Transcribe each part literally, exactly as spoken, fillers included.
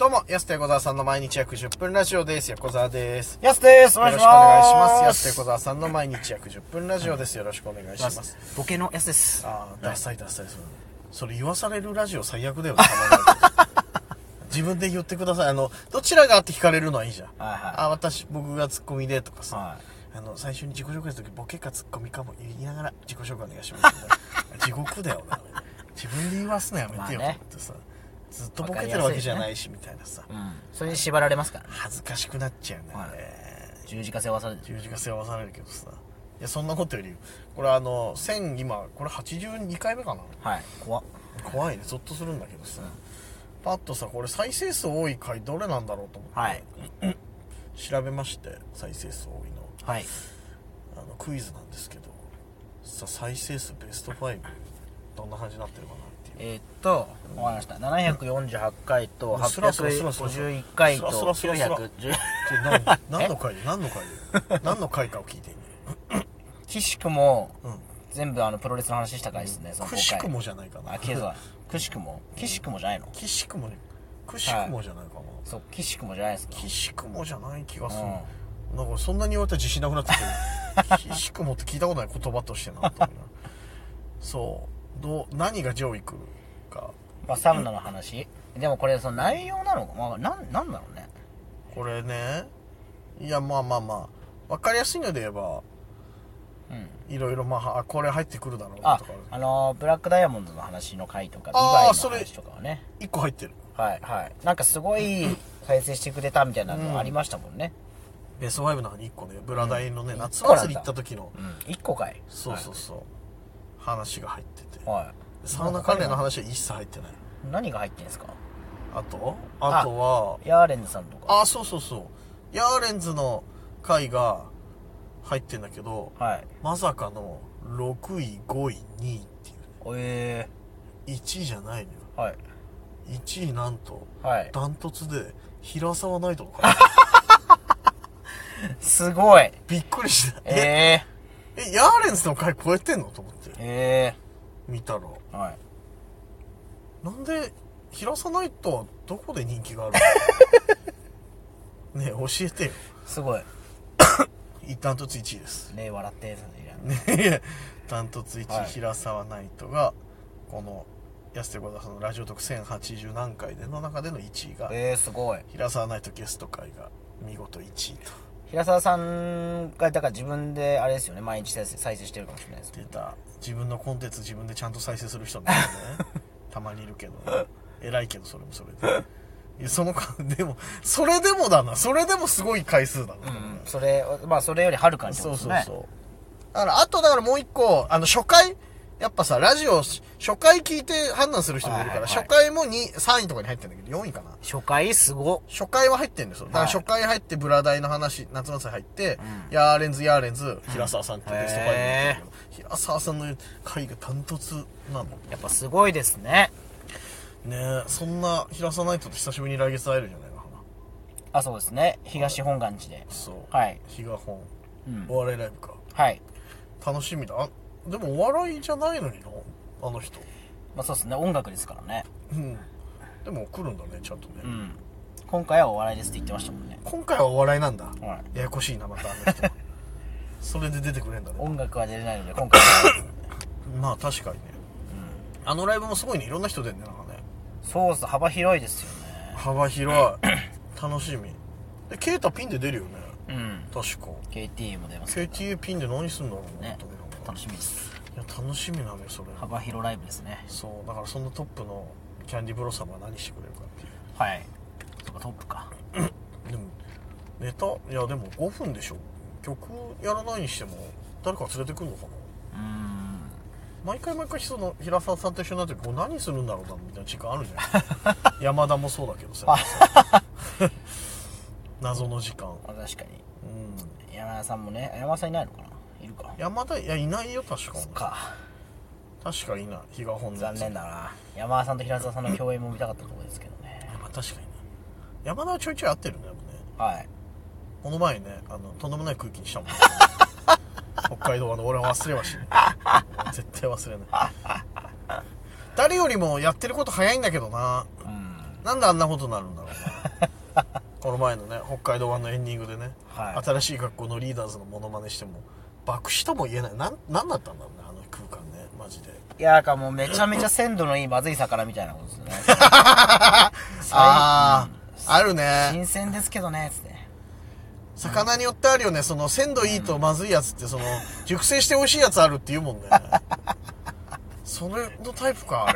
どうも、安手小沢さんの毎日約じゅっぷんラジオです。横澤です。 安です。お願いします。 よろしくお願いします。安手小沢さんの毎日約じゅっぷんラジオです。よろしくお願いします。 ボケの安です。 ああ、ダサいダサい。それ、それ言わされるラジオ最悪だよね。たまに自分で言ってください。あの、どちらがって聞かれるのはいいじゃん。 はいはい、 あ、私、僕がツッコミでとかさ。 はい、 あの、最初に自己紹介するとき、ボケかツッコミかも言いながら自己紹介お願いします。地獄だよね。自分で言わすのやめてよってさ。ずっとボケてるわけじゃないし、みたいなさ、 うん、それに縛られますからね。 恥ずかしくなっちゃうね、 はい、 あれ十字架背負わされる十字架背負わされるけどさ、いやそんなことよりこれあの千今これはちじゅうにかいめかな。 はい、怖っ怖いね、ゾッとするんだけどさ、うん、パッとさこれ再生数多い回どれなんだろうと思って、 はい、 調べまして、再生数多いの、 はい、 あのクイズなんですけどさ、再生数ベストごどんな感じになってるかな。 えー、っと、わかりました。ななひゃくよんじゅうはちかいとはっぴゃくごじゅういっかいときゅうひゃくじゅう何の回で何の回で何の回かを聞いていいね。 くしくも、うん、全部あのプロレスの話した回ですね。 くしくもじゃないかな。 あ、けどくしくもくしくもじゃないの。 くしくもくしくもじゃないかな。 そう、くしくもじゃないですか。 くしくもじゃない気がする。なんかそんなに言われたら自信なくなってきてる。くしくもって聞いたことない言葉としてなと。そうどう何が上位来るか。 まあ、サウナの話でもこれその内容なのか、まあ、なんなんだろうねこれね。いやまあまあまあ分かりやすいので言えば、いろいろまあこれ入ってくるだろうなとか。 あ、あのー、ブラックダイヤモンドの話の回とかビバイの話とかはねいっこ入ってる。 はいはい、なんかすごい再生してくれたみたいなのありましたもんね、 うん、ベストごの中にいっこね、ブラダイのね、うん、夏祭り行った時の、 うん、いっこかい。 そうそうそう、はい、話が入ってて、 はい、 サウナ関連の話は一切入ってない。 何が入ってんですか。 あとあとはヤーレンズさんとか。 あ、そうそうそう、ヤーレンズの回が入ってんだけど、 はい、 まさかのろくいごいにいっていう、 ね、えー、いちいじゃないのよ。 はい、 いちいなんと、 はい、 ダントツで平沢ナイトの回すごいびっくりした。 えー、えヤーレンズの回超えてんのと思って、 えー、見たら、 はい、 なんで平沢ナイトはどこで人気があるのねえ教えてよ。 すごいダントツいちいです。 ねえ笑ってねダントツいちい、 はい、 平沢ナイトがこの安手小沢さんのラジオ特せんはちじゅう何回での中でのいちいが、 えー、すごい。 平沢ナイトゲスト会が見事いちいと。 平沢さんがだから自分であれですよね、毎日再生再生してるかもしれないです。 出た、自分のコンテンツ自分でちゃんと再生する人なんだよねたまにいるけど、偉いけどそれもそれでいやそのでもそれでもだな、それでもすごい回数だな、 うん、それまあそれよりはるかにそうですね。 そうそうそう。だからあとだからもう一個、あの初回やっぱさ、ラジオ初回聞いて判断する人もいるから、はいはいはい、初回もにさんいとかに入ってるんだけどよんいかな。 初回すご。 初回は入ってるんですよ。だから初回入ってブラダイの話、夏祭り入って、うん、ヤーレンズヤーレンズ平沢さんっていうベストファイブになってるけど、平沢さんの回がダントツなの。 やっぱすごいですね。 ねえ、そんな平沢ナイトと久しぶりに来月会えるんじゃないかな。 あ、そうですね、東本願寺で。 そう、 はい、 比嘉本、 うん、 お笑いライブか。 はい、 楽しみだ。あ、でもお笑いじゃないのにな、あの人。 まあそうですね、音楽ですからね。 うん。でも来るんだね、ちゃんとね。 うん。今回はお笑いですって言ってましたもんね。 今回はお笑いなんだ。 はい。 ややこしいな、またあの人。それで出てくれんだね。 音楽は出れないので、今回は、ね。 まあ確かにね。うん。あのライブもすごいね、いろんな人出るね、なんかね。 そうっす、幅広いですよね。 幅広い。楽しみ。で、ケイタピンで出るよね。 うん。 確か。 ケーティー も出ます。 ケーティー ピンで何すんだろうね。楽しみです。 いや楽しみなのよそれ。 幅広ライブですね。 そうだからそのトップのキャンディブロッサムは何してくれるかっていう。 はい。そっかトップか。 でもネタいやでもごふんでしょ。曲やらないにしても誰か連れてくるのかな。うーん。毎回毎回その平沢さんと一緒になってこう何するんだろうなみたいな時間あるじゃん。山田もそうだけどさ。謎の時間。 あ、確かに。うん。山田さんもね、山田さんいないのかな。いるか。 山田いやいないよ確かに。 か。 確かいない。比嘉本残念だな。山田さんと平沢さんの共演も見たかったところですけどね。 まあ確かにね。山田はちょいちょい合ってるね。 はい。 この前ね、あのとんでもない空気にしたもん、ね。北海道は俺は忘れはしない。絶対忘れない。誰よりもやってること早いんだけどな。 うん。 なんであんなことになるんだろうなこの前のね北海道版のエンディングでね、はい、新しい学校のリーダーズのモノマネしても爆死とも言えない。なんなんだったんだろうねあの空間ねマジで。 いやなんかもうめちゃめちゃ鮮度のいいまずい魚みたいなことですねああ、うん、あるね。 新鮮ですけどねつって。 魚によってあるよね、その鮮度いいとまずいやつって、その熟成して美味しいやつあるって言うもんねそれのタイプかあれ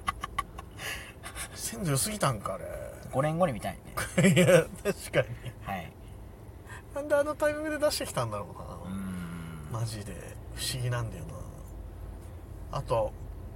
鮮度良すぎたんかあれ。 ごねんごに見たいねいや確かに、 はい、 なんであのタイミングで出してきたんだろうな。うんマジで不思議なんだよな。あと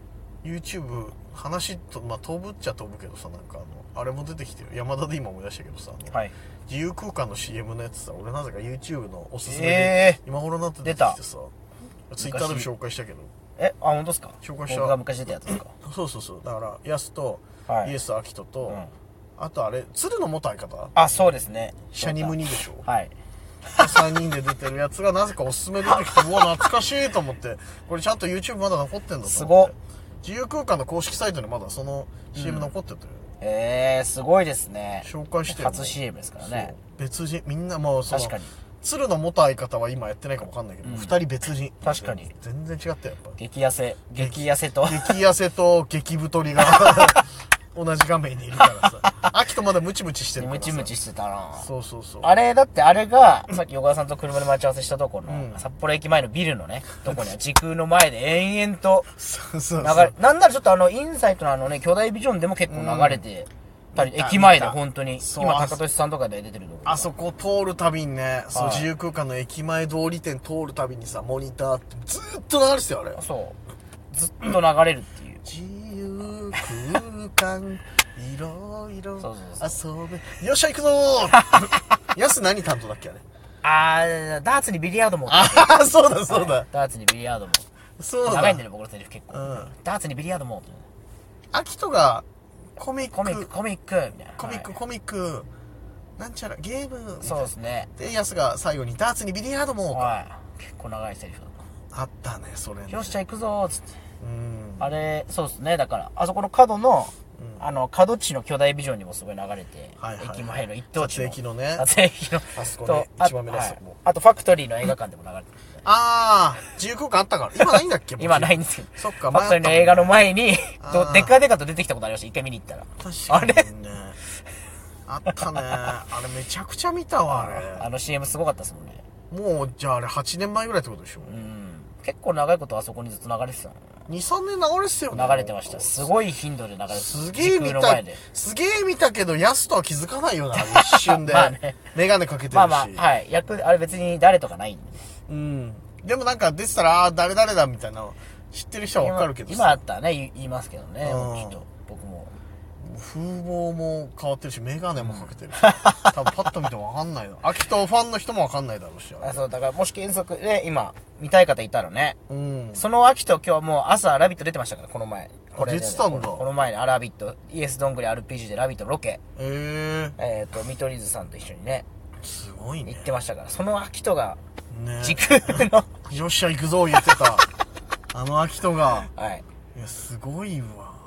YouTube 話と、まあ、飛ぶっちゃ飛ぶけどさ、なんかあのあれも出てきてる。山田で今思い出したけどさ、 はい、 自由空間の シーエム のやつさ、俺なぜか YouTube のおすすめで今頃になって出てきてさ、Twitter でも紹介したけど。 えあ本当ですか。 紹介した。 僕が昔出たやつですかそうそうそう。だからヤスと、はい、イエス・アキトと、うん、あとあれ鶴の元相方、 あそうですね、 シャニムニでしょ。 はいさんにんで出てるやつがなぜかおすすめ出てきてうわ懐かしいと思って、これちゃんと YouTube まだ残ってんだと思って。 すごっ。 自由空間の公式サイトにまだその シーエム 残ってて、うん、 えーすごいですね。 紹介してる初 シーエム ですからね。 別人みんなもうその確かに鶴の元相方は今やってないかもわかんないけど、うん、ふたり別人。 確かに全然違ったよやっぱ。 激痩せ激痩せと激痩せと激太りが同じ画面にいるからさ、秋とまだムチムチしてるからさ。 ムチムチしてたな。 そうそうそう。 あれだってあれがさっき横田さんと車で待ち合わせしたところの、うん、札幌駅前のビルのねとこには時空の前で延々とそうそう流れ、なんならちょっとあのインサイトのあのね巨大ビジョンでも結構流れてたり、うん、駅前で本当に今高俊さんとかで出てるところ、 あそこ通るたびにね、そう自由空間の駅前通り店通るたびにさモニターってずーっと流れてたよあれ。 そうずっと流れるっていう自由空間いろいろ遊べよっしゃ行くぞーやす何担当だっけあれ。 あーダーツにビリヤードも。 ああそうだそうだ、 はい、ダーツにビリヤードもそうだ。 長いんだよね僕のセリフ結構、うん、ダーツにビリヤードもアキトがコミックコミックコミックみたいなコミック、はい、コミックなんちゃらゲームみたいな。 そうですね。 でヤスが最後にダーツにビリヤードも、 はい、結構長いセリフだあったねそれね。 よっしゃ行くぞーっつって、 うんあれそうですね。だからあそこの角のうん、あの角地の巨大ビジョンにもすごい流れて、はいはいはい、駅前の一等地の撮影機のね撮影機のあそこね一番目のやつ、はい、 あとファクトリーの映画館でも流れてる、ね、 ああ自由空間あったから今ないんだっけ今ないんですけどそっかファクトリーの映画の前にデカデカと出てきたことありました。一回見に行ったら確かにねあったねあれめちゃくちゃ見たわあれ。 あの シーエム すごかったですもんね。 もうじゃああれはちねんまえぐらいってことでしょ。 うん結構長いことあそこにずっと流れてたの。 にさんねん流れてたよね。 流れてました。すごい頻度で流れてた。 すげえ見たすげえ見たけどヤスとは気づかないよな一瞬でまあねメガネかけてるし。 まあまあはい役あれ別に誰とかないんで、 うんでもなんか出てたらあ誰誰だみたいな知ってる人は分かるけどさ今, 今あったらね言いますけどね、うん、きっと僕も風貌も変わってるしメガネもかけてるし、うん、多分パッと見ても分かんないの。秋とファンの人も分かんないだろうし。 あそうだからもし検索で今見たい方いたらね、 うん、 その秋と今日はもう朝ラビット出てましたからこの前これ、 ね、出てたんだ。 この前にラビットイエスどんぐり アールピージー でラビットロケえー、 えっ、ー、と見取り図さんと一緒にねすごいね行ってましたからその秋とがね時空のよっしゃ行くぞ言ってたあの秋とがはいいやすごいわ。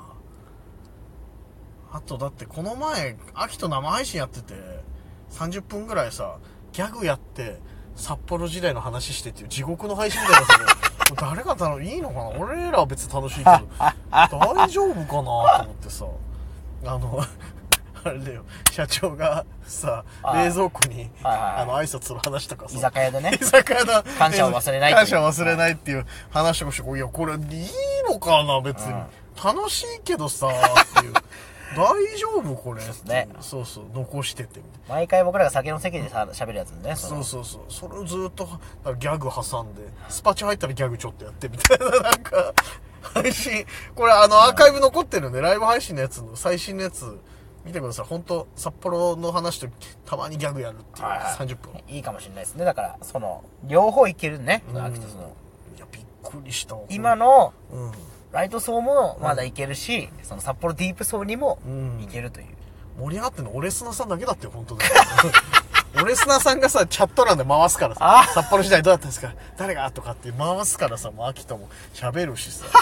あとだってこの前秋と生配信やっててさんじゅっぷんぐらいさギャグやって札幌時代の話してっていう地獄の配信みたいなさ誰が楽いいのかな。俺らは別に楽しいけど大丈夫かなと思ってさあのあれだよ社長がさ冷蔵庫にあの挨拶する話とかさ居酒屋でね居酒屋だ感謝を忘れない感謝を忘れないっていう話とかしていやこれいいのかな別に、うん、楽しいけどさっていう大丈夫これね。 そうそう残しててみたいな。 毎回僕らが酒の席でさ喋るやつね。 そうそうそうそれをずっとギャグ挟んでスパチャ入ったらギャグちょっとやってみたいななんか配信これあのアーカイブ残ってるんで、うん、ライブ配信のやつの最新のやつ見てください。本当札幌の話とたまにギャグやるっていう、はいはい、さんじゅっぷんいいかもしれないですね。だからその両方いけるね。 うん、 そのいやびっくりした今の、 うんライト層もまだいけるし、うん、その札幌ディープ層にもいけるという、 うん、盛り上がってるのオレスナさんだけだってよ本当だよオレスナさんがさチャット欄で回すからさ札幌時代どうだったんですか誰がとかって回すからさもう秋とも喋るしさ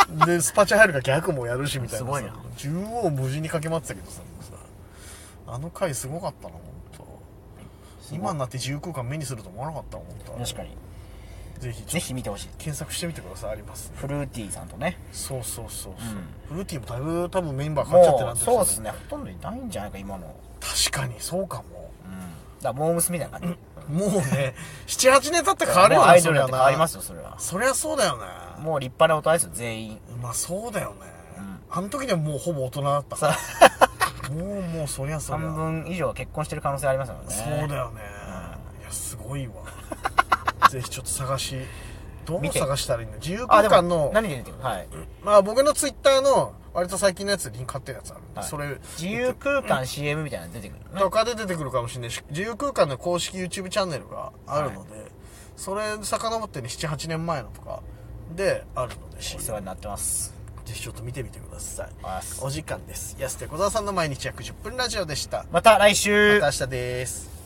でスパチャ入るか逆もやるしみたいな。 すごいな。 縦横無事に駆け回ってたけどさ、もうさあの回すごかったな本当。今になって自由空間目にすると思わなかったもん本当。 確かに。 ぜひぜひ見てほしい。 検索してみてください。あります、ね、 フルーティーさんとね。 そうそうそうそう、 うん、 フルーティーもだいぶ多分メンバー変わっちゃってもうなんて、 そうですね、ほとんどいないんじゃないか今の。 確かにそうかも、 うん、だからモームスみたいな感じ、 うん、もうねななはちねん経って変わるよな。 アイドルだって変わりますよそれは。 そりゃそうだよね。 もう立派な大人ですよ全員。 まあそうだよね、 うん、 あの時でももうほぼ大人だったからもうもうそりゃそりゃ半分以上は結婚してる可能性ありますよね。 そうだよね、うん、いやすごいわぜひちょっと探しどう探したらいいの。自由空間の何で出てくる、はい、 まあ僕のツイッターの割と最近のやつでリンク貼ってるやつあるんで、はい、それ自由空間 シーエム みたいなの出てくる、 ね、とかで出てくるかもしれないし、自由空間の公式 YouTube チャンネルがあるので、はい、それ遡ってねななはちねんまえのとかであるので、 お世話になってます。 ぜひちょっと見てみてください。お時間です。安手小沢さんの毎日約じゅっぷんラジオでした。 また来週。 また明日です。